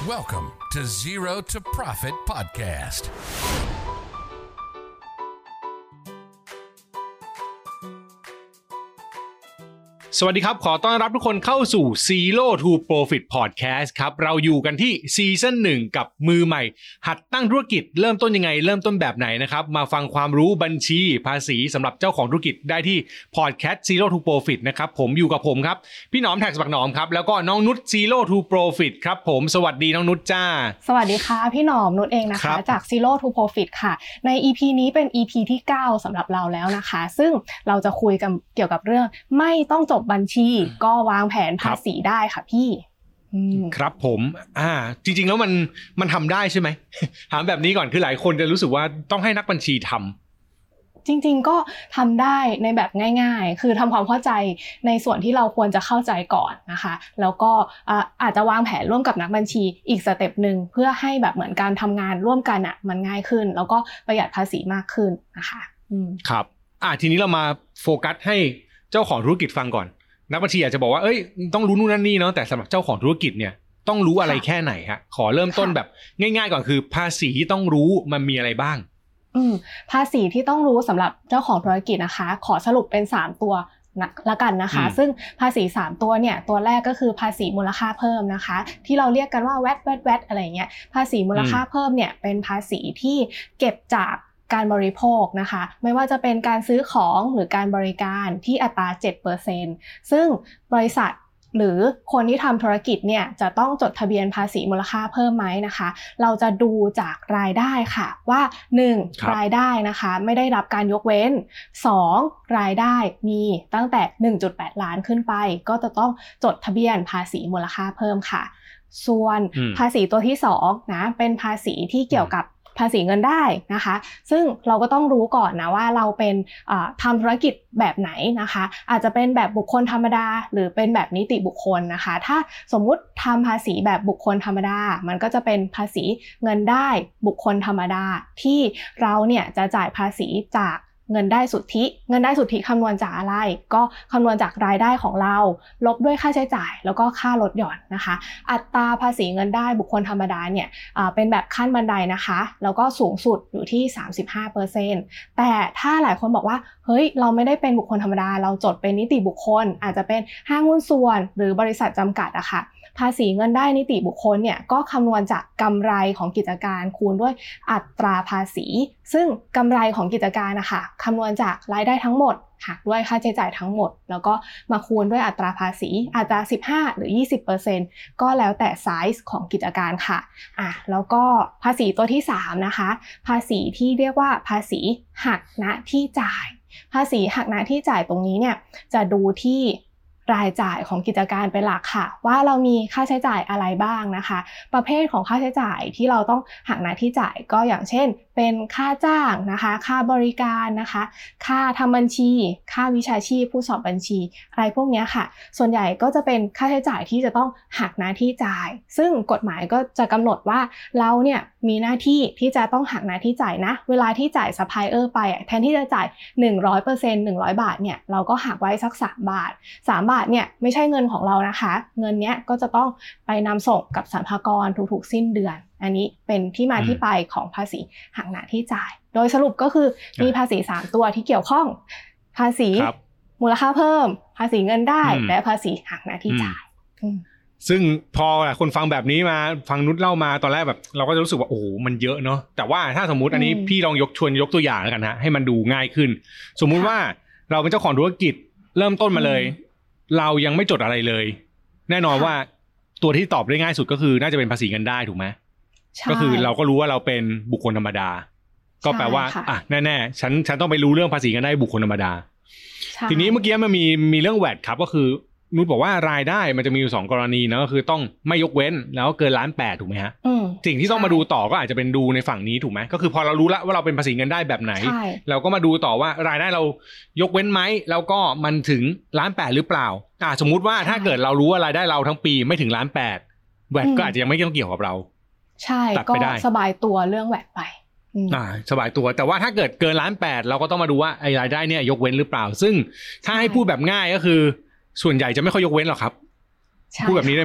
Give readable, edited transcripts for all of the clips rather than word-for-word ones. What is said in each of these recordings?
Welcome to Zero to Profit Podcast. สวัสดีครับขอต้อนรับทุกคนเข้าสู่ Zero to Profit Podcast ครับเราอยู่กันที่ซีซั่น1กับมือใหม่หัดตั้งธุรกิจเริ่มต้นยังไงเริ่มต้นแบบไหนนะครับมาฟังความรู้บัญชีภาษีสำหรับเจ้าของธุรกิจได้ที่ Podcast Zero to Profit นะครับผมอยู่กับผมครับพี่หนอมแท็กบักหนอมครับแล้วก็น้องนุช Zero to Profit ครับผมสวัสดีน้องนุชจ้าสวัสดีค่ะพี่หนอมนุชเองนะคะจาก Zero to Profit ค่ะใน EP นี้เป็น EP ที่9สำหรับเราแล้วนะคะซึ่งเราจะคุยกันเกี่ยวกับเรื่องไม่ต้องจบบัญชีก็วางแผนภาษีได้ค่ะพี่ครับผมจริงๆแล้วมันทำได้ใช่ไหม ถามแบบนี้ก่อนคือหลายคนจะรู้สึกว่าต้องให้นักบัญชีทำจริงๆก็ทำได้ในแบบง่ายๆคือทำความเข้าใจในส่วนที่เราควรจะเข้าใจก่อนนะคะแล้วก็อาจจะวางแผนร่วมกับนักบัญชีอีกสเต็ปนึงเพื่อให้แบบเหมือนการทำงานร่วมกันมันง่ายขึ้นแล้วก็ประหยัดภาษีมากขึ้นนะคะครับทีนี้เรามาโฟกัสให้เจ้าของธุรกิจฟังก่อนนักบัญชีอาจจะบอกว่าต้องรู้นู่นนั่นนี่เนาะแต่สำหรับเจ้าของธุรกิจเนี่ยต้องรู้อะไรแค่ไหนฮะขอเริ่มต้นแบบง่ายๆก่อนคือภาษีที่ต้องรู้มันมีอะไรบ้างภาษีที่ต้องรู้สำหรับเจ้าของธุรกิจนะคะขอสรุปเป็น3ตัวละกันนะคะซึ่งภาษี3ตัวเนี่ยตัวแรกก็คือภาษีมูลค่าเพิ่มนะคะที่เราเรียกกันว่าแวตอะไรเงี้ยภาษีมูลค่าเพิ่มเนี่ยเป็นภาษีที่เก็บจากการบริโภคนะคะไม่ว่าจะเป็นการซื้อของหรือการบริการที่อัตรา 7% ซึ่งบริษัทหรือคนที่ทำธุรกิจเนี่ยจะต้องจดทะเบียนภาษีมูลค่าเพิ่มไหมนะคะเราจะดูจากรายได้ค่ะว่า 1. รายได้นะคะไม่ได้รับการยกเว้น 2. รายได้มีตั้งแต่ 1.8 ล้านขึ้นไปก็จะต้องจดทะเบียนภาษีมูลค่าเพิ่มค่ะส่วนภาษีตัวที่2นะเป็นภาษีที่เกี่ยวกับภาษีเงินได้นะคะซึ่งเราก็ต้องรู้ก่อนนะว่าเราเป็นทำธุรกิจแบบไหนนะคะอาจจะเป็นแบบบุคคลธรรมดาหรือเป็นแบบนิติบุคคลนะคะถ้าสมมุติทำภาษีแบบบุคคลธรรมดามันก็จะเป็นภาษีเงินได้บุคคลธรรมดาที่เราเนี่ยจะจ่ายภาษีจากเงินได้สุทธิคำนวณจากอะไรก็คำนวณจากรายได้ของเราลบด้วยค่าใช้จ่ายแล้วก็ค่าลดหย่อนนะคะอัตราภาษีเงินได้บุคคลธรรมดาเนี่ยเป็นแบบขั้นบันไดนะคะแล้วก็สูงสุดอยู่ที่ 35% แต่ถ้าหลายคนบอกว่าเฮ้ยเราไม่ได้เป็นบุคคลธรรมดาเราจดเป็นนิติบุคคลอาจจะเป็นห้างหุ้นส่วนหรือบริษัทจำกัดอะค่ะภาษีเงินได้นิติบุคคลเนี่ยก็คำนวณจากกำไรของกิจการคูณด้วยอัตราภาษีซึ่งกำไรของกิจการนะคะคำนวณจากรายได้ทั้งหมดหักด้วยค่าใช้จ่ายทั้งหมดแล้วก็มาคูณด้วยอัตราภาษีอาจจะ 15 หรือ 20% ก็แล้วแต่ไซส์ของกิจการค่ะแล้วก็ภาษีตัวที่3นะคะภาษีที่เรียกว่าภาษีหักณที่จ่ายภาษีหักณที่จ่ายตรงนี้เนี่ยจะดูที่รายจ่ายของกิจการเป็นหลักค่ะว่าเรามีค่าใช้จ่ายอะไรบ้างนะคะประเภทของค่าใช้จ่ายที่เราต้องหักณที่จ่ายก็อย่างเช่นเป็นค่าจ้างนะคะค่าบริการนะคะค่าทำบัญชีค่าวิชาชีพผู้สอบบัญชีอะไรพวกนี้ค่ะส่วนใหญ่ก็จะเป็นค่าใช้จ่ายที่จะต้องหักณที่จ่ายซึ่งกฎหมายก็จะกำหนดว่าเราเนี่ยมีหน้าที่ที่จะต้องหักณที่จ่ายนะเวลาที่จ่ายซัพพลายเออร์ไปแทนที่จะจ่าย 100% 100 บาทเนี่ยเราก็หักไว้สัก3 บาทเนี่ยไม่ใช่เงินของเรานะคะเงินเนี้ยก็จะต้องไปนำส่งกับสรรพากรทุกๆสิ้นเดือนอันนี้เป็นที่มาที่ไปของภาษีหักณที่จ่ายโดยสรุปก็คือมีภาษี3ตัวที่เกี่ยวข้องภาษีมูลค่าเพิ่มภาษีเงินได้และภาษีหักณที่จ่ายซึ่งพอคนฟังแบบนี้มาฟังนุชเล่ามาตอนแรกแบบเราก็จะรู้สึกว่าโอ้โหมันเยอะเนาะแต่ว่าถ้าสมมุติอันนี้พี่ลองยกตัวอย่างแล้วกันฮะให้มันดูง่ายขึ้นสมมุติว่าเราเป็นเจ้าของธุรกิจเริ่มต้นมาเลยเรายังไม่จดอะไรเลยแน่นอนว่าตัวที่ตอบได้ง่ายสุดก็คือน่าจะเป็นภาษีเงินได้ถูกไหมก็คือเราก็รู้ว่าเราเป็นบุคคลธรรมดาก็แปลว่าแน่ๆฉันต้องไปรู้เรื่องภาษีเงินได้บุคคลธรรมดาทีนี้เมื่อกี้มันมีเรื่องแวตครับก็คือนุชบอกว่ารายได้มันจะมีอยู่2กรณีนะก็คือต้องไม่ยกเว้นแล้วก็เกิน1,800,000ถูกไหมฮะสิ่งที่ต้องมาดูต่อก็อาจจะเป็นดูในฝั่งนี้ถูกไหมก็คือพอเรารู้แล้วว่าเราเป็นภาษีเงินได้แบบไหนเราก็มาดูต่อว่ารายได้เรายกเว้นไหมแล้วก็มันถึง1,800,000หรือเปล่าสมมุติว่าถ้าเกิดเรารู้ว่ารายได้เราทั้งปีไม่ถึง1,800,000แวตก็อาจจะยังไม่ต้องเกี่ยวกับเราใช่ก็สบายตัวเรื่องแวตไปสบายตัวแต่ว่าถ้าเกิดเกิน1,800,000เราก็ต้องมาดูว่าไอ้รายได้เนี่ยยกเว้นหรือเปล่าซึ่งถ้าให้พูดแบบง่ายก็คือส่วนใหญ่จะไม่ค่อยยกเว้นหรอกครับพูดแบบนี้ได้ไหม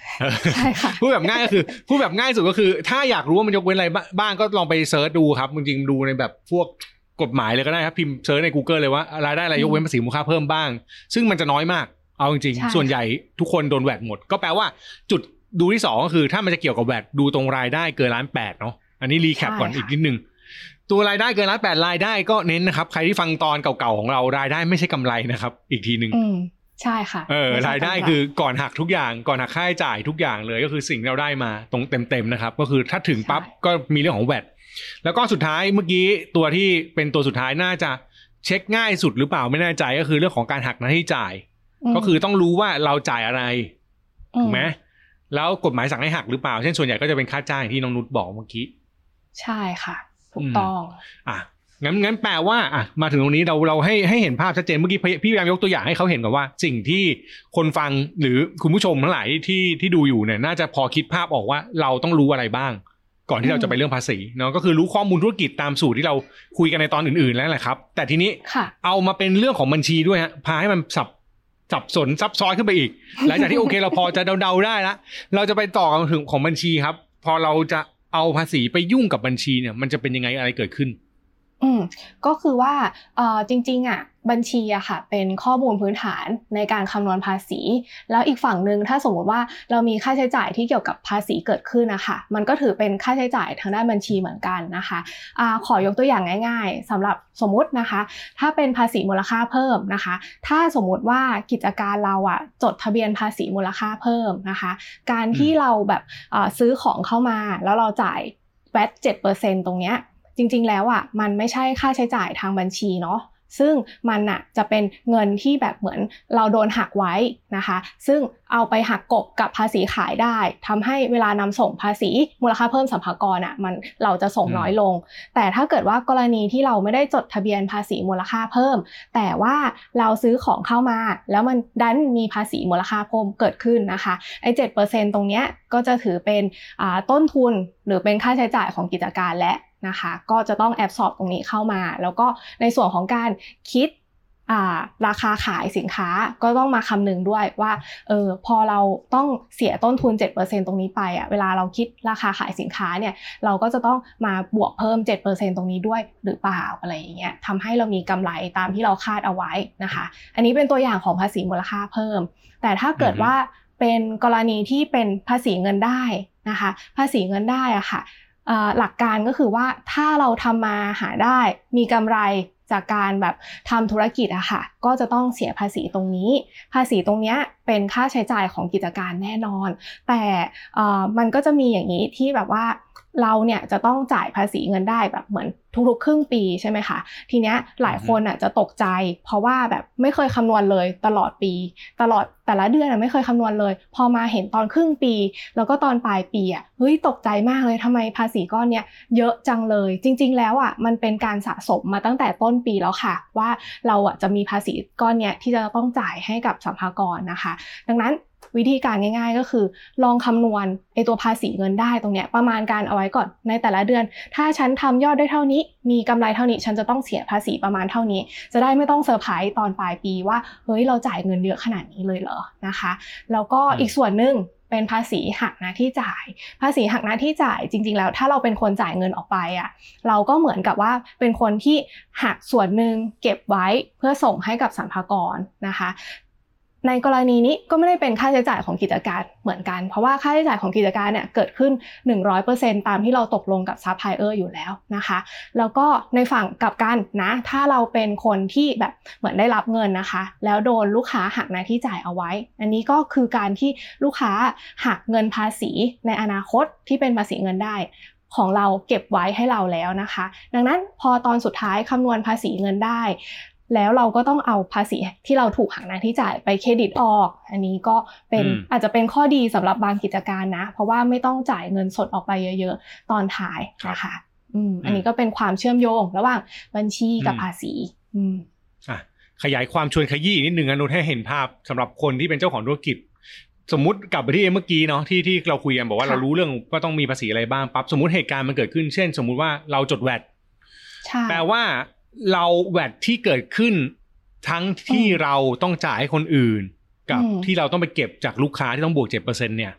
ใช่ค่ะพูดแบบง่ายก็คือพูดแบบง่ายสุดก็คือถ้าอยากรู้ว่ามันยกเว้นอะไรบ้างก็ลองไปเซิร์ชดูครับจริงๆดูในแบบพวกกฎหมายเลยก็ได้ครับพิมพ์เซิร์ชใน Google เลยว่ารายได้อะไรยกเว้นภาษีมูลค่าเพิ่มบ้างซึ่งมันจะน้อยมากเอาจริงๆส่วนใหญ่ทุกคนโดนแวตหมดก็แปลว่าจุดดูที่2ก็คือถ้ามันจะเกี่ยวกับแวตดูตรงรายได้เกิน1.8 ล้านเนาะอันนี้รีแคปก่อนอีกนิดนึงตัวรายได้เกิน1.8 ล้านรายได้ก็เน้นนะครับใครที่ฟังตอนเก่าๆของเรารายได้ไม่ใช่กำไรนะครับอีกทีนึงใช่ค่ะรายได้คือก่อนหักทุกอย่างก่อนหักค่าใช้จ่ายทุกอย่างเลยก็คือสิ่งที่เราได้มาตรงเต็มๆนะครับก็คือถ้าถึงปั๊บก็มีเรื่องของแวตแล้วก็สุดท้ายเมื่อกี้ตัวที่เป็นตัวสุดท้ายน่าจะเช็คง่ายสุดหรือเปล่าไม่แน่ใจก็คือเรื่องของการหักหน้าที่จ่ายก็คือต้องรู้ว่าเราจ่ายอะไรถูกไหมแล้วกฎหมายสั่งให้หักหรือเปล่าเช่นส่วนใหญ่ก็จะเป็นค่าจ้างที่น้องนุชบอกเมื่อกี้ใช่ค่ะถูกต้องงั้นแปลว่ามาถึงตรงนี้เราให้เห็นภาพชัดเจนเมื่อกี้พี่พยายามยกตัวอย่างให้เขาเห็นก่อนว่าสิ่งที่คนฟังหรือคุณผู้ชมทั้งหลายที่ดูอยู่เนี่ยน่าจะพอคิดภาพออกว่าเราต้องรู้อะไรบ้างก่อนที่เราจะไปเรื่องภาษีเนาะก็คือรู้ข้อมูลธุรกิจตามสูตรที่เราคุยกันในตอนอื่นๆแล้วแหละครับแต่ทีนี้เอามาเป็นเรื่องของบัญชีด้วยฮะพาให้มันสับสนซับซ้อนขึ้นไปอีกหลังจากที่โอเคเราพอจะเดาได้แล้วเราจะไปต่อกันถึงของบัญชีครับพอเราจะเอาภาษีไปยุ่งกับบัญชีเนี่ยมันจะเป็นยังไงอะไรเกิดขึ้นก็คือว่าจริงๆบัญชีค่ะเป็นข้อมูลพื้นฐานในการคำนวณภาษีแล้วอีกฝั่งนึงถ้าสมมติว่าเรามีค่าใช้จ่ายที่เกี่ยวกับภาษีเกิดขึ้นนะคะมันก็ถือเป็นค่าใช้จ่ายทางด้านบัญชีเหมือนกันนะคะขอยกตัวอย่างง่ายๆสำหรับสมมุตินะคะถ้าเป็นภาษีมูลค่าเพิ่มนะคะถ้าสมมติว่ากิจการเราจดทะเบียนภาษีมูลค่าเพิ่มนะคะการที่เราแบบซื้อของเข้ามาแล้วเราจ่ายแวต 7% ตรงเนี้ยจริงๆแล้วมันไม่ใช่ค่าใช้จ่ายทางบัญชีเนาะซึ่งมันจะเป็นเงินที่แบบเหมือนเราโดนหักไว้นะคะซึ่งเอาไปหักกบกับภาษีขายได้ทำให้เวลานำส่งภาษีมูลค่าเพิ่มสรรพากรเราจะส่งน้อยลงแต่ถ้าเกิดว่ากรณีที่เราไม่ได้จดทะเบียนภาษีมูลค่าเพิ่มแต่ว่าเราซื้อของเข้ามาแล้วมันดันมีภาษีมูลค่าเพิ่มเกิดขึ้นนะคะไอ้ 7% ตรงเนี้ยก็จะถือเป็นต้นทุนหรือเป็นค่าใช้จ่ายของกิจการและนะคะก็จะต้องแอบสอบตรงนี้เข้ามาแล้วก็ในส่วนของการคิดราคาขายสินค้าก็ต้องมาคำนึงด้วยว่าพอเราต้องเสียต้นทุน 7% ตรงนี้ไปเวลาเราคิดราคาขายสินค้าเนี่ยเราก็จะต้องมาบวกเพิ่ม 7% ตรงนี้ด้วยหรือเปล่าอะไรอย่างเงี้ยทำให้เรามีกำไรตามที่เราคาดเอาไว้นะคะอันนี้เป็นตัวอย่างของภาษีมูลค่าเพิ่มแต่ถ้าเกิดว่าเป็นกรณีที่เป็นภาษีเงินได้นะคะภาษีเงินได้ค่ะหลักการก็คือว่าถ้าเราทำมาหาได้มีกำไรจากการแบบทำธุรกิจค่ะก็จะต้องเสียภาษีตรงนี้ภาษีตรงนี้เป็นค่าใช้จ่ายของกิจการแน่นอนแต่มันก็จะมีอย่างนี้ที่แบบว่าเราเนี่ยจะต้องจ่ายภาษีเงินได้แบบเหมือนทุกๆครึ่งปีใช่ไหมคะทีเนี้ยหลายคนจะตกใจเพราะว่าแบบไม่เคยคำนวณเลยตลอดปีตลอดแต่ละเดือนไม่เคยคำนวณเลยพอมาเห็นตอนครึ่งปีแล้วก็ตอนปลายปีเฮ้ยตกใจมากเลยทำไมภาษีก้อนเนี้ยเยอะจังเลยจริงๆแล้วมันเป็นการสะสมมาตั้งแต่ต้นปีแล้วค่ะว่าเราจะมีภาษีก้อนเนี้ยที่จะต้องจ่ายให้กับสรรพากรนะคะดังนั้นวิธีการง่ายๆก็คือลองคำนวณตัวภาษีเงินได้ตรงเนี้ยประมาณการเอาไว้ก่อนในแต่ละเดือนถ้าฉันทำยอดได้เท่านี้มีกำไรเท่านี้ฉันจะต้องเสียภาษีประมาณเท่านี้จะได้ไม่ต้องเซอร์ไพรส์ตอนปลายปีว่าเฮ้ยเราจ่ายเงินเยอะขนาดนี้เลยเหรอนะคะแล้วก็อีกส่วนนึงเป็นภาษีหักหน้าที่จ่ายภาษีหักหน้าที่จ่ายจริงๆแล้วถ้าเราเป็นคนจ่ายเงินออกไปเราก็เหมือนกับว่าเป็นคนที่หักส่วนนึงเก็บไว้เพื่อส่งให้กับสรรพากรนะคะในกรณีนี้ก็ไม่ได้เป็นค่าใช้จ่ายของกิจการเหมือนกันเพราะว่าค่าใช้จ่ายของกิจการเนี่ยเกิดขึ้น 100% ตามที่เราตกลงกับซัพพลายเออร์อยู่แล้วนะคะแล้วก็ในฝั่งกลับกันนะถ้าเราเป็นคนที่แบบเหมือนได้รับเงินนะคะแล้วโดนลูกค้าหักหน้าที่จ่ายเอาไว้อันนี้ก็คือการที่ลูกค้าหักเงินภาษีในอนาคตที่เป็นภาษีเงินได้ของเราเก็บไว้ให้เราแล้วนะคะดังนั้นพอตอนสุดท้ายคำนวณภาษีเงินได้แล้วเราก็ต้องเอาภาษีที่เราถูกหักหน้าที่จ่ายไปเครดิตออกอันนี้ก็เป็นอาจจะเป็นข้อดีสำหรับบางกิจการนะเพราะว่าไม่ต้องจ่ายเงินสดออกไปเยอะๆตอนท้ายนะคะอันนี้ก็เป็นความเชื่อมโยงระหว่างบัญชีกับภาษีขยายความชวนขยี้นิดนึงนุชให้เห็นภาพสำหรับคนที่เป็นเจ้าของธุรกิจสมมุติกลับไปที่เมื่อกี้เนาะที่เราคุยกันบอกว่าเรารู้เรื่องว่าต้องมีภาษีอะไรบ้างปั๊บสมมุติเหตุการณ์มันเกิดขึ้นเช่นสมมุติว่าเราจดแวตแปลว่าเราแวตที่เกิดขึ้นทั้งที่เราต้องจ่ายให้คนอื่นกับที่เราต้องไปเก็บจากลูกค้าที่ต้องบวก 7% เนี่ย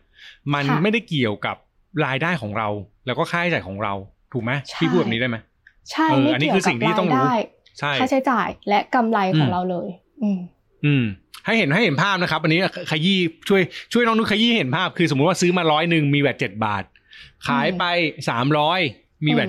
มันไม่ได้เกี่ยวกับรายได้ของเราแล้วก็ค่าใช้จ่ายของเราถูกไหมพี่พูดแบบนี้ได้ไหมใช่ไม่เกี่ยวกับรายได้ค่าใช้จ่ายและกำไรของเราเลยให้เห็นภาพนะครับอันนี้ขยี้ช่วยน้องนุชขยี้เห็นภาพคือสมมุติว่าซื้อมา100มีแวต7 บาทขายไป300มีแวต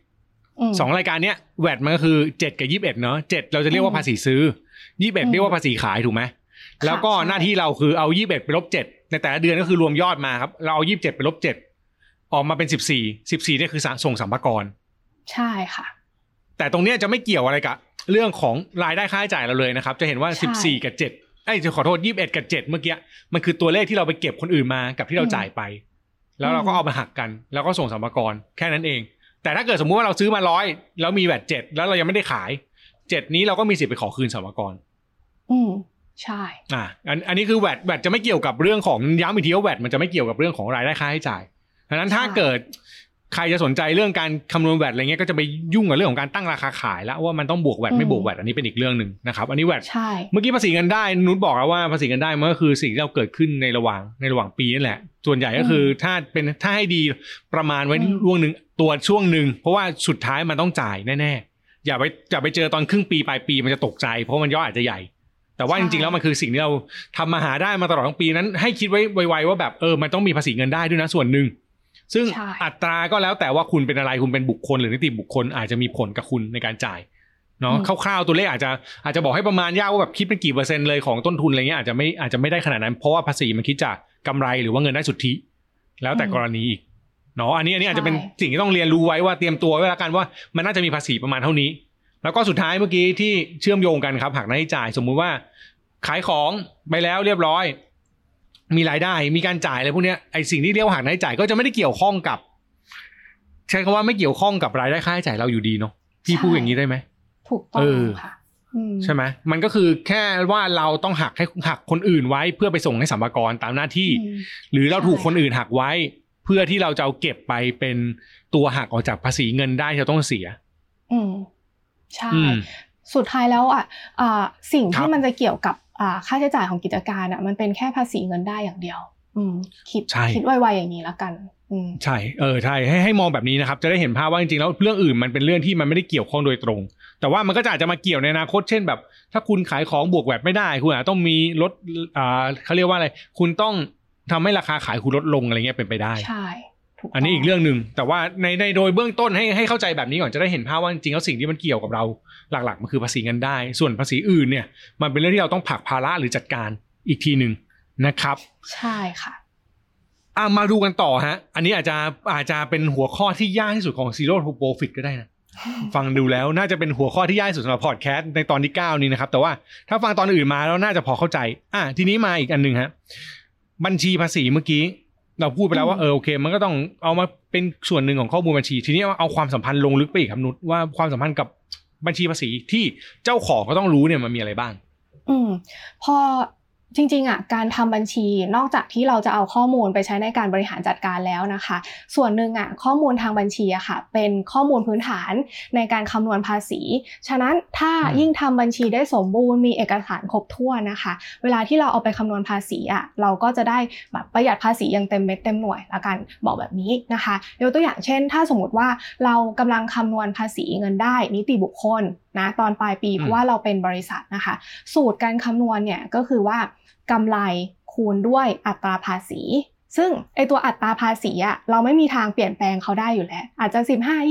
21 2รายการเนี้ยแวตมันก็คือ7กับ21เนาะ7เราจะเรียกว่าภาษีซื้อ21เรียกว่าภาษีขายถูกไหมแล้วก็หน้าที่เราคือเอา21ไปลบ7ในแต่ละเดือนก็คือรวมยอดมาครับเราเอา27ไปลบ7ออกมาเป็น14เนี่ยคือส่งสรรพากรใช่ค่ะแต่ตรงเนี้ยจะไม่เกี่ยวอะไรกับเรื่องของรายได้ค่าใช้จ่ายเราเลยนะครับจะเห็นว่า14กับ7จะขอโทษ21กับ7เมื่อกี้มันคือตัวเลขที่เราไปเก็บคนอื่นมากับที่เราจ่ายไปแล้วเราก็เอามาหักกันแล้วก็ส่งสรรพากรแค่นั้นเองแต่ถ้าเกิดสมมุติว่าเราซื้อมา100แล้วมีแวต7แล้วเรายังไม่ได้ขาย7นี้เราก็มีสิทธิ์ไปขอคืนสรรพากรใช่อันนี้คือแวตจะไม่เกี่ยวกับเรื่องของย้ำอีกทีว่าแวตมันจะไม่เกี่ยวกับเรื่องของรายได้ค่าใช้จ่ายดังนั้นถ้าเกิดใครจะสนใจเรื่องการคำนวณแวตอะไรเงี้ยก็จะไปยุ่งกับเรื่องของการตั้งราคาขายแล้วว่ามันต้องบวกแวตไม่บวกแวตอันนี้เป็นอีกเรื่องนึงนะครับอันนี้แวตเมื่อกี้ภาษีเงินได้นุชบอกแล้วว่าภาษีเงินได้มันก็คือสิ่งที่เราเกิดขึ้นในระหว่างปีนั่นแหละส่วนใหญ่ก็คือถ้าให้ดีประมาณไว้ช่วงนึงเพราะว่าสุดท้ายมันต้องจ่ายแน่ๆอย่าไปเจอตอนครึ่งปีปลายปีมันจะตกใจเพราะมันยอดอาจจะใหญ่แต่ว่าจริงๆแล้วมันคือสิ่งที่เราทำมาหาได้มาตลอดทั้งปีนั้นให้คิดไว้ไวๆว่าแบบมันต้องมีภาษีเงินได้ด้วยนะส่วนนึงซึ่งอัตราก็แล้วแต่ว่าคุณเป็นอะไรคุณเป็นบุคคลหรือนิติบุคคลอาจจะมีผลกับคุณในการจ่ายเนาะคร่าวๆตัวเลขอาจจะบอกให้ประมาณยากว่าแบบคิดเป็นกี่เปอร์เซ็นต์เลยของต้นทุนอะไรเงี้ยอาจจะไม่ได้ขนาดนั้นเพราะว่าภาษีมันคิดจากกำไรหรือว่าเงินได้สุทธิแล้วแต่กรณีอีกเนาะอันนี้อาจจะเป็นสิ่งที่ต้องเรียนรู้ไว้ว่าเตรียมตัวไว้แล้วกันว่ามันน่าจะมีภาษีประมาณเท่านี้แล้วก็สุดท้ายเมื่อกี้ที่เชื่อมโยงกันครับหักหน้าที่จ่ายสมมุติว่าขายของไปแล้วเรียบร้อยมีรายได้มีการจ่ายอะไรพวกนี้ไอ้สิ่งที่เรียกว่าหักหน้าที่จ่ายก็จะไม่ได้เกี่ยวข้องกับใช้คำว่าไม่เกี่ยวข้องกับรายได้ค่าใช้จ่ายเราอยู่ดีเนาะพี่พูดอย่างนี้ได้ไหมถูกต้องค่ะใช่ไหมมันก็คือแค่ว่าเราต้องหักคนอื่นไว้เพื่อไปส่งให้สรรพากรตามหน้าที่หรือเราถูกคนอื่นหักไว้เพื่อที่เราจะเอาเก็บไปเป็นตัวหักออกจากภาษีเงินได้ที่เราต้องเสียใช่สุดท้ายแล้วสิ่งที่มันจะเกี่ยวกับค่าใช้จ่ายของกิจการมันเป็นแค่ภาษีเงินได้อย่างเดียวคิดไวๆอย่างนี้แล้วกันใช่ใช่ให้มองแบบนี้นะครับจะได้เห็นภาพว่าจริงๆแล้วเรื่องอื่นมันเป็นเรื่องที่มันไม่ได้เกี่ยวข้องโดยตรงแต่ว่ามันก็อาจจะมาเกี่ยวในอนาคตเช่นแบบถ้าคุณขายของบวกแวตไม่ได้คุณอาจต้องมีลดเขาเรียกว่าอะไรคุณต้องทำให้ราคาขายคุณลดลงอะไรเงี้ยเป็นไปได้ใช่อันนี้อีกเรื่องนึงแต่ว่าในโดยเบื้องต้นให้เข้าใจแบบนี้ก่อนจะได้เห็นภาพว่าจริงๆแล้วสิ่งที่มันเกี่ยวกับเราหลักๆมันคือภาษีเงินได้ส่วนภาษีอื่นเนี่ยมันเป็นเรื่องที่เราต้องผลักภาระหรือจัดการอีกทีนึงนะครับใช่ค่ะมาดูกันต่อฮะอันนี้อาจจะเป็นหัวข้อที่ยากที่สุดของ Zero to Profit ก็ได้นะ ฟังดูแล้วน่าจะเป็นหัวข้อที่ยากที่สุดสำหรับพอดแคสต์ในตอนที่9นี้นะครับแต่ว่าถ้าฟังตอนอื่นมาแล้วน่าจะพอเข้าใจทีนี้มาอีกอันนึงฮะบัญชีภาษีเมื่อกี้เราพูดไปแล้วว่าโอเคมันก็ต้องเอามาเป็นส่วนหนึ่งของข้อมูลบัญชีทีนี้เอาความสัมพันธ์ลงลึกไปอีกครับนุชว่าความสัมพันธ์กับบัญชีภาษีที่เจ้าของก็ต้องรู้เนี่ยมันมีอะไรบ้างพอจริงๆการทำบัญชีนอกจากที่เราจะเอาข้อมูลไปใช้ในการบริหารจัดการแล้วนะคะส่วนหนึ่งข้อมูลทางบัญชีค่ะเป็นข้อมูลพื้นฐานในการคำนวณภาษีฉะนั้นถ้ายิ่งทำบัญชีได้สมบูรณ์มีเอกสารครบถ้วนนะคะเวลาที่เราเอาไปคำนวณภาษีเราก็จะได้แบบประหยัดภาษีอย่างเต็มเม็ดเต็มหน่วยละกันบอกแบบนี้นะคะยกตัวอย่างเช่นถ้าสมมติว่าเรากำลังคำนวณภาษีเงินได้นิติบุคคลนะตอนปลายปีเพราะว่าเราเป็นบริษัทนะคะสูตรการคำนวณเนี่ยก็คือว่ากำไรคูณด้วยอัตราภาษีซึ่งไอตัวอัตราภาษีเราไม่มีทางเปลี่ยนแปลงเขาได้อยู่แล้วอาจจะ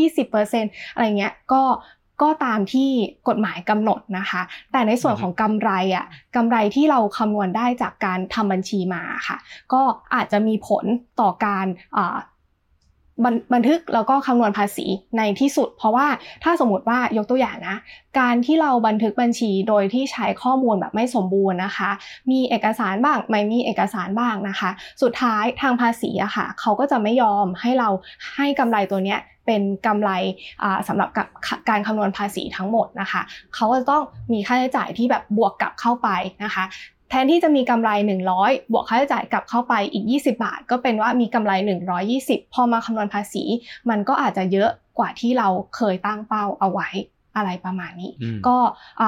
15-20% อะไรเงี้ยก็ตามที่กฎหมายกำหนดนะคะแต่ในส่วนของกำไรที่เราคำนวณได้จากการทำบัญชีมาค่ะก็อาจจะมีผลต่อการบันทึกแล้วก็คำนวณภาษีในที่สุดเพราะว่าถ้าสมมติว่ายกตัวอย่างนะการที่เราบันทึกบัญชีโดยที่ใช้ข้อมูลแบบไม่สมบูรณ์นะคะมีเอกสารบ้างไม่มีเอกสารบ้างนะคะสุดท้ายทางภาษีค่ะเขาก็จะไม่ยอมให้เราให้กำไรตัวเนี้ยเป็นกำไรสำหรับการคำนวณภาษีทั้งหมดนะคะเขาก็จะต้องมีค่าใช้จ่ายที่แบบบวกกลับเข้าไปนะคะแทนที่จะมีกำไร100บวกค่าใช้จ่ายกลับเข้าไปอีก20 บาทก็เป็นว่ามีกำไร120พอมาคำนวณภาษีมันก็อาจจะเยอะกว่าที่เราเคยตั้งเป้าเอาไว้อะไรประมาณนี้ก็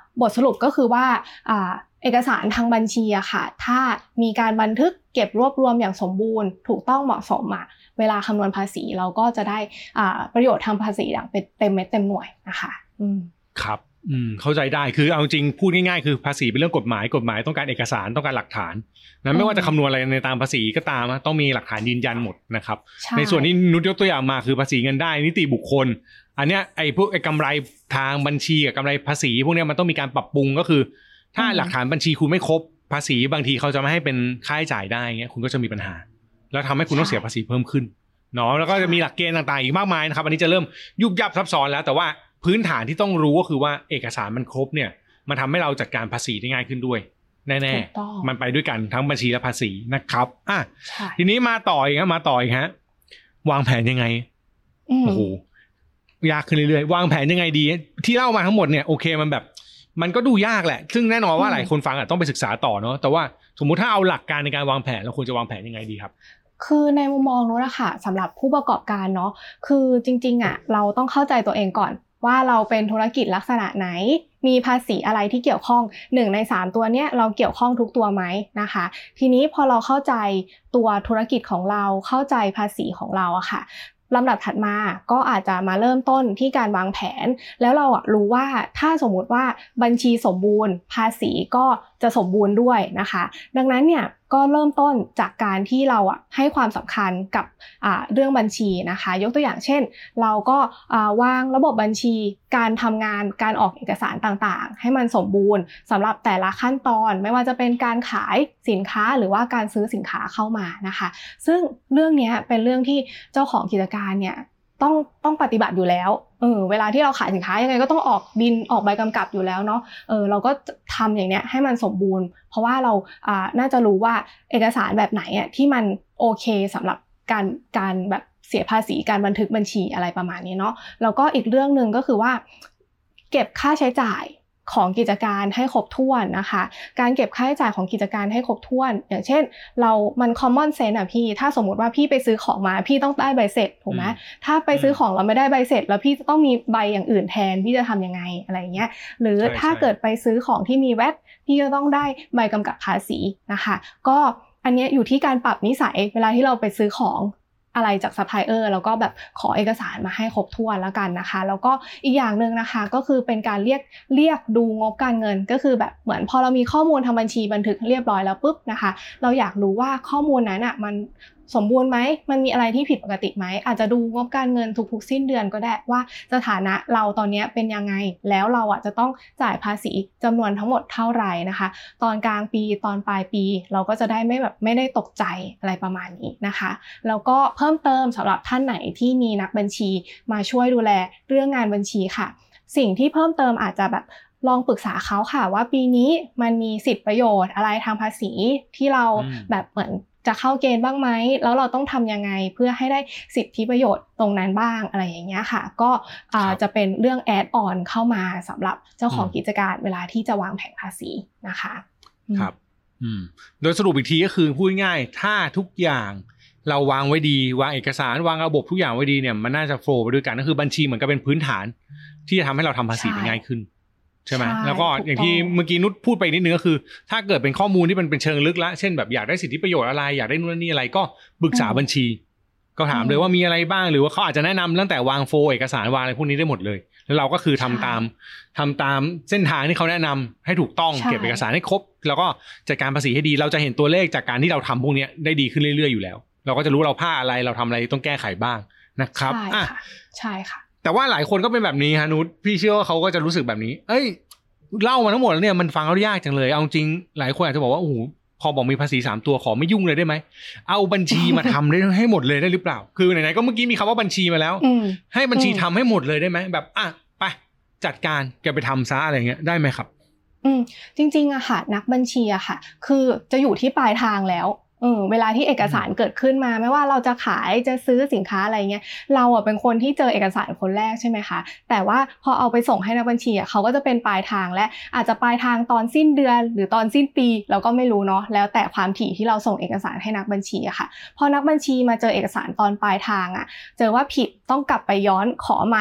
บทสรุปก็คือว่าเอกสารทางบัญชีอะค่ะถ้ามีการบันทึกเก็บรวบรวมอย่างสมบูรณ์ถูกต้องเหมาะสมเวลาคำนวณภาษีเราก็จะได้ประโยชน์ทางภาษีอย่างเป็นเต็มเม็ดเต็มหน่วยนะคะครับเข้าใจได้คือเอาจริงพูดง่ายๆคือภาษีเป็นเรื่องกฎหมายต้องการเอกสารต้องการหลักฐานนะไม่ว่าจะคำนวณอะไรในตามภาษีก็ตามต้องมีหลักฐานยืนยันหมดนะครับในส่วนที่นุชยกตัวอย่างมาคือภาษีเงินได้นิติบุคคลอันเนี้ยพวกกำไรทางบัญชีกับกำไรภาษีพวกเนี้ยมันต้องมีการปรับปรุงก็คือถ้าหลักฐานบัญชีคุณไม่ครบภาษีบางทีเขาจะไม่ให้เป็นค่าใช้จ่ายได้เงี้ยคุณก็จะมีปัญหาแล้วทำให้คุณต้องเสียภาษีเพิ่มขึ้นเนาะแล้วก็จะมีหลักเกณฑ์ต่างๆอีกมากมายนะครับอันนี้จะเริ่มยุบยับซับซ้อนแล้วแต่ว่าพื้นฐานที่ต้องรู้ก็คือว่าเอกสารมันครบเนี่ยมันทำให้เราจัดการภาษีได้ง่ายขึ้นด้วยแน่ๆมันไปด้วยกันทั้งบัญชีและภาษีนะครับทีนี้มาต่ออีกฮะวางแผนยังไงโอ้โหยากขึ้นเรื่อยๆวางแผนยังไงดีที่เล่ามาทั้งหมดเนี่ยโอเคมันก็ดูยากแหละซึ่งแน่นอนว่าหลายคนฟังต้องไปศึกษาต่อเนาะแต่ว่าสมมุติถ้าเอาหลักการในการวางแผนเราควรจะวางแผนยังไงดีครับคือในมุมมองนู้นนะคะสำหรับผู้ประกอบการเนาะคือจริงๆเราต้องเข้าใจตัวเองก่อนว่าเราเป็นธุรกิจลักษณะไหนมีภาษีอะไรที่เกี่ยวข้อง1ใน3ตัวเนี้ยเราเกี่ยวข้องทุกตัวไหมนะคะทีนี้พอเราเข้าใจตัวธุรกิจของเราเข้าใจภาษีของเราอะค่ะลำดับถัดมาก็อาจจะมาเริ่มต้นที่การวางแผนแล้วเรารู้ว่าถ้าสมมุติว่าบัญชีสมบูรณ์ภาษีก็จะสมบูรณ์ด้วยนะคะดังนั้นเนี่ยก็เริ่มต้นจากการที่เราให้ความสำคัญกับเรื่องบัญชีนะคะยกตัวอย่างเช่นเราก็วางระบบบัญชีการทำงานการออกเอกสารต่างๆให้มันสมบูรณ์สำหรับแต่ละขั้นตอนไม่ว่าจะเป็นการขายสินค้าหรือว่าการซื้อสินค้าเข้ามานะคะซึ่งเรื่องนี้เป็นเรื่องที่เจ้าของกิจการเนี่ยต้องปฏิบัติอยู่แล้วเวลาที่เราขายสินค้ายังไงก็ต้องออกบิลออกใบกำกับอยู่แล้วเนาะเราก็ทำอย่างเนี้ยให้มันสมบูรณ์เพราะว่าเราน่าจะรู้ว่าเอกสารแบบไหนที่มันโอเคสำหรับการแบบเสียภาษีการบันทึกบัญชีอะไรประมาณนี้เนาะแล้วก็อีกเรื่องนึงก็คือว่าเก็บค่าใช้จ่ายของกิจการให้ครบถ้วนนะคะการเก็บค่าใช้จ่ายของกิจการให้ครบถ้วนอย่างเช่นมัน common sense พี่ถ้าสมมุติว่าพี่ไปซื้อของมาพี่ต้องได้ใบเสร็จถูกไหมถ้าไปซื้อของเราไม่ได้ใบเสร็จแล้วพี่จะต้องมีใบอย่างอื่นแทนพี่จะทำยังไงอะไรเงี้ยหรือถ้าเกิดไปซื้อของที่มี VAT พี่ก็ต้องได้ใบกำกับภาษีนะคะก็อันนี้อยู่ที่การปรับนิสัยเวลาที่เราไปซื้อของอะไรจากซัพพลายเออร์แล้วก็แบบขอเอกสารมาให้ครบถ้วนแล้วกันนะคะแล้วก็อีกอย่างนึงนะคะก็คือเป็นการเรียกดูงบการเงินก็คือแบบเหมือนพอเรามีข้อมูลทางบัญชีบันทึกเรียบร้อยแล้วปุ๊บนะคะเราอยากรู้ว่าข้อมูลนั้นมันสมบูรณ์ไหมมันมีอะไรที่ผิดปกติไหมอาจจะดูงบการเงินทุกๆสิ้นเดือนก็ได้ว่าสถานะเราตอนนี้เป็นยังไงแล้วเราจะต้องจ่ายภาษีจำนวนทั้งหมดเท่าไหร่นะคะตอนกลางปีตอนปลายปีเราก็จะได้ไม่ได้ตกใจอะไรประมาณนี้นะคะแล้วก็เพิ่มเติมสำหรับท่านไหนที่มีนักบัญชีมาช่วยดูแลเรื่องงานบัญชีค่ะสิ่งที่เพิ่มเติมอาจจะแบบลองปรึกษาเขาค่ะว่าปีนี้มันมีสิทธิประโยชน์อะไรทางภาษีที่เราแบบเหมือนจะเข้าเกณฑ์บ้างไหมแล้วเราต้องทำยังไงเพื่อให้ได้สิทธิประโยชน์ตรงนั้นบ้างอะไรอย่างเงี้ยค่ะก็จะเป็นเรื่องแอดออนเข้ามาสำหรับเจ้าของกิจการเวลาที่จะวางแผนภาษีนะคะครับโดยสรุปอีกทีก็คือพูดง่ายถ้าทุกอย่างเราวางไว้ดีวางเอกสารวางระบบทุกอย่างไว้ดีเนี่ยมันน่าจะโฟลว์ไปด้วยกันก็คือบัญชีเหมือนกับเป็นพื้นฐานที่จะทำให้เราทำภาษีได้ง่ายขึ้นใช่ไหมแล้วก็อย่างที่เมื่อกี้นุชพูดไปนิดนึงก็คือถ้าเกิดเป็นข้อมูลที่มันเป็นเชิงลึกละเช่นแบบอยากได้สิทธิประโยชน์อะไรอยากได้นู่นนี่อะไรก็ปรึกษาบัญชีก็ถามเลยว่ามีอะไรบ้างหรือว่าเขาอาจจะแนะนำตั้งแต่วางโฟล์เอกสารวางอะไรพวกนี้ได้หมดเลยแล้วเราก็คือทำตามเส้นทางที่เขาแนะนำให้ถูกต้องเก็บเอกสารให้ครบแล้วก็จัดการภาษีให้ดีเราจะเห็นตัวเลขจากการที่เราทำพวกนี้ได้ดีขึ้นเรื่อยๆอยู่แล้วเราก็จะรู้เราพลาดอะไรเราทำอะไรต้องแก้ไขบ้างนะครับใช่ค่ะแต่ว่าหลายคนก็เป็นแบบนี้ฮะนุชพี่เชื่อว่าเขาก็จะรู้สึกแบบนี้เล่ามาทั้งหมดแล้วเนี่ยมันฟังแล้วยากจังเลยเอาจริงหลายคนอาจจะบอกว่าโอ้โหพอบอกมีภาษี3ตัวขอไม่ยุ่งเลยได้ไหมเอาบัญชีมาทำได้ให้หมดเลยได้หรือเปล่าคือไหนๆก็เมื่อกี้มีคำว่าบัญชีมาแล้วให้บัญชีทำให้หมดเลยได้ไหมแบบไปจัดการแกไปทำซะอะไรเงี้ยได้ไหมครับจริงๆอะค่ะนักบัญชีอะค่ะคือจะอยู่ที่ปลายทางแล้วเวลาที่เอกสารเกิดขึ้นมาไม่ว่าเราจะขายจะซื้อสินค้าอะไรเงี้ยเราเป็นคนที่เจอเอกสารคนแรกใช่ไหมคะแต่ว่าพอเอาไปส่งให้นักบัญชีเขาก็จะเป็นปลายทางและอาจจะปลายทางตอนสิ้นเดือนหรือตอนสิ้นปีเราก็ไม่รู้เนาะแล้วแต่ความถี่ที่เราส่งเอกสารให้นักบัญชีค่ะพอนักบัญชีมาเจอเอกสารตอนปลายทางเจอว่าผิดต้องกลับไปย้อนขอใหม่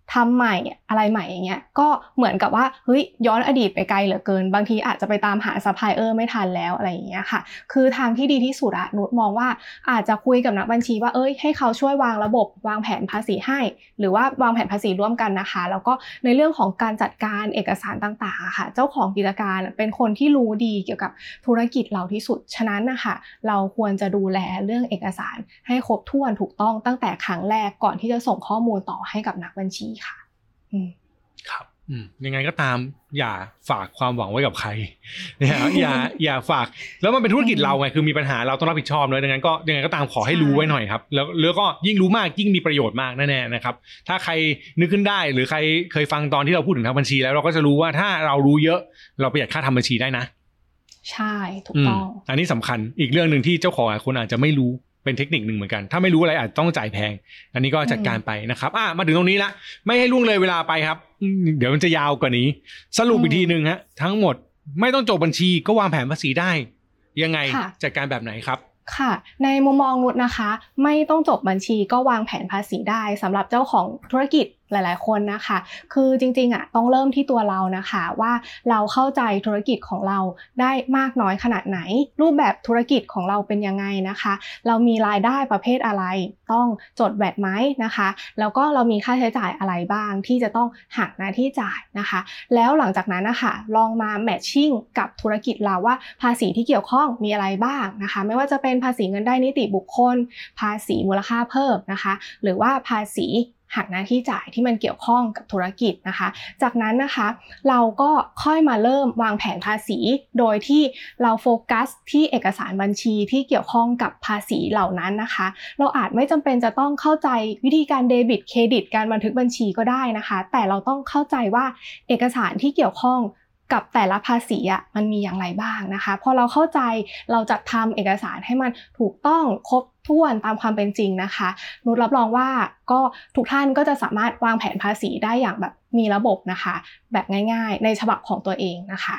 ทำใหม่อะไรใหม่อย่างเงี้ยก็เหมือนกับว่าเฮ้ยย้อนอดีตไปไกลเหลือเกินบางทีอาจจะไปตามหาซัพพลายเออร์ไม่ทันแล้วอะไรอย่างเงี้ยค่ะคือทางที่ดีที่สุดอะนุชมองว่าอาจจะคุยกับนักบัญชีว่าให้เขาช่วยวางระบบวางแผนภาษีให้หรือว่าวางแผนภาษีร่วมกันนะคะแล้วก็ในเรื่องของการจัดการเอกสารต่างๆค่ะเจ้าของกิจการเป็นคนที่รู้ดีเกี่ยวกับธุรกิจเราที่สุดฉะนั้นนะคะเราควรจะดูแลเรื่องเอกสารให้ครบถ้วนถูกต้องตั้งแต่ครั้งแรกก่อนที่จะส่งข้อมูลต่อให้กับนักบัญชีค่ะครับยังไงก็ตามอย่าฝากความหวังไว้กับใครนะอย่าฝากแล้วมันเป็นธุรกิจเราไงคือมีปัญหาเราต้องรับผิดชอบเลยดังนั้นก็ยังไงก็ตามขอให้รู้ไว้หน่อยครับแล้วก็ยิ่งรู้มากยิ่งมีประโยชน์มากแน่ๆนะครับถ้าใครนึกขึ้นได้หรือใครเคยฟังตอนที่เราพูดถึงทางบัญชีแล้วเราก็จะรู้ว่าถ้าเรารู้เยอะเราประหยัดค่าทำบัญชีได้นะใช่ถูกต้องอันนี้สำคัญอีกเรื่องนึงที่เจ้าของคนอาจจะไม่รู้เป็นเทคนิคนึงเหมือนกันถ้าไม่รู้อะไรอาจต้องจ่ายแพงอันนี้ก็จัดการไปนะครับมาถึงตรงนี้ละไม่ให้ล่วงเลยเวลาไปครับเดี๋ยวมันจะยาวกว่านี้สรุปอีกทีนึงฮะทั้งหมดไม่ต้องจบบัญชีก็วางแผนภาษีได้ยังไงจัดการแบบไหนครับค่ะในมุมมองนุชนะคะไม่ต้องจบบัญชีก็วางแผนภาษีได้สำหรับเจ้าของธุรกิจหลายๆคนนะคะคือจริงๆต้องเริ่มที่ตัวเรานะคะว่าเราเข้าใจธุรกิจของเราได้มากน้อยขนาดไหนรูปแบบธุรกิจของเราเป็นยังไงนะคะเรามีรายได้ประเภทอะไรต้องจดแวตไหมนะคะแล้วก็เรามีค่าใช้จ่ายอะไรบ้างที่จะต้องหักหน้าที่จ่ายนะคะแล้วหลังจากนั้นนะคะลองมาแมทชิ่งกับธุรกิจเราว่าภาษีที่เกี่ยวข้องมีอะไรบ้างนะคะไม่ว่าจะเป็นภาษีเงินได้นิติบุคคลภาษีมูลค่าเพิ่มนะคะหรือว่าภาษีหักหน้าที่จ่ายที่มันเกี่ยวข้องกับธุรกิจนะคะจากนั้นนะคะเราก็ค่อยมาเริ่มวางแผนภาษีโดยที่เราโฟกัสที่เอกสารบัญชีที่เกี่ยวข้องกับภาษีเหล่านั้นนะคะเราอาจไม่จำเป็นจะต้องเข้าใจวิธีการเดบิตเครดิตการบันทึกบัญชีก็ได้นะคะแต่เราต้องเข้าใจว่าเอกสารที่เกี่ยวข้องกับแต่ละภาษีมันมีอย่างไรบ้างนะคะพอเราเข้าใจเราจัดทำเอกสารให้มันถูกต้องครบถ้วนตามความเป็นจริงนะคะนุชรับรองว่าก็ทุกท่านก็จะสามารถวางแผนภาษีได้อย่างแบบมีระบบนะคะแบบง่ายๆในฉบับของตัวเองนะคะ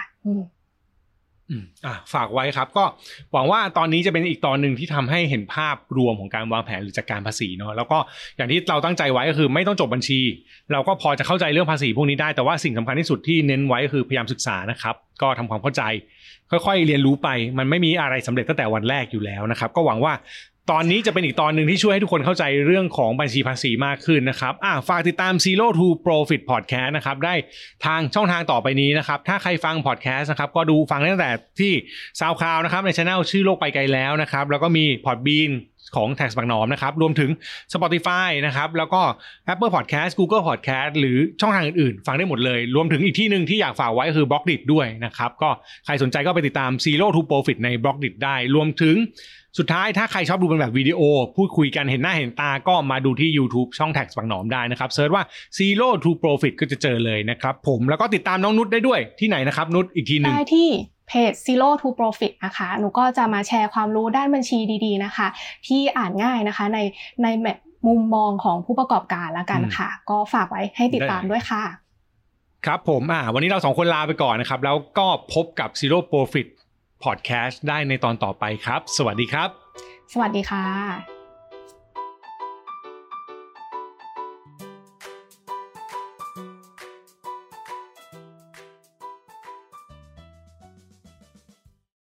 ฝากไว้ครับก็หวังว่าตอนนี้จะเป็นอีกตอนหนึ่งที่ทำให้เห็นภาพรวมของการวางแผนหรือจัดการภาษีเนาะแล้วก็อย่างที่เราตั้งใจไว้ก็คือไม่ต้องจบบัญชีเราก็พอจะเข้าใจเรื่องภาษีพวกนี้ได้แต่ว่าสิ่งสำคัญที่สุดที่เน้นไว้ก็คือพยายามศึกษานะครับก็ทำความเข้าใจค่อยๆเรียนรู้ไปมันไม่มีอะไรสำเร็จตั้งแต่วันแรกอยู่แล้วนะครับก็หวังว่าตอนนี้จะเป็นอีกตอนหนึ่งที่ช่วยให้ทุกคนเข้าใจเรื่องของบัญชีภาษีมากขึ้นนะครับฝากติดตาม Zero to Profit Podcast นะครับได้ทางช่องทางต่อไปนี้นะครับถ้าใครฟัง podcast นะครับก็ดูฟังตั้งแต่ที่ SoundCloud นะครับใน channel ชื่อโลกไปไกลแล้วนะครับแล้วก็มี Podbean ของ Tax บักหนอมนะครับรวมถึง Spotify นะครับแล้วก็ Apple Podcast Google Podcast หรือช่องทางอื่นๆฟังได้หมดเลยรวมถึงอีกที่นึงที่อยากฝากไว้ก็คือ Blockdit ด้วยนะครับก็ใครสนใจก็ไปติดตาม Zero to Profit ใน Blockdit ได้รวมถึงสุดท้ายถ้าใครชอบดูเป็นแบบวิดีโอพูดคุยกันเห็นหน้าเห็นตาก็มาดูที่ YouTube ช่อง Tax บักหนอมได้นะครับเสิร์ชว่า Zero to Profit ก็จะเจอเลยนะครับผมแล้วก็ติดตามน้องนุชได้ด้วยที่ไหนนะครับนุชอีกทีนึงได้ที่เพจ Zero to Profit นะคะหนูก็จะมาแชร์ความรู้ด้านบัญชีดีๆนะคะที่อ่านง่ายนะคะในมุมมองของผู้ประกอบการละกันค่ะก็ฝากไว้ให้ติดตามด้วยค่ะครับผมวันนี้เรา2คนลาไปก่อนนะครับแล้วก็พบกับ Zero Profit Podcast ได้ในตอนต่อไปครับสวัสดีครับสวัสดีค่ะ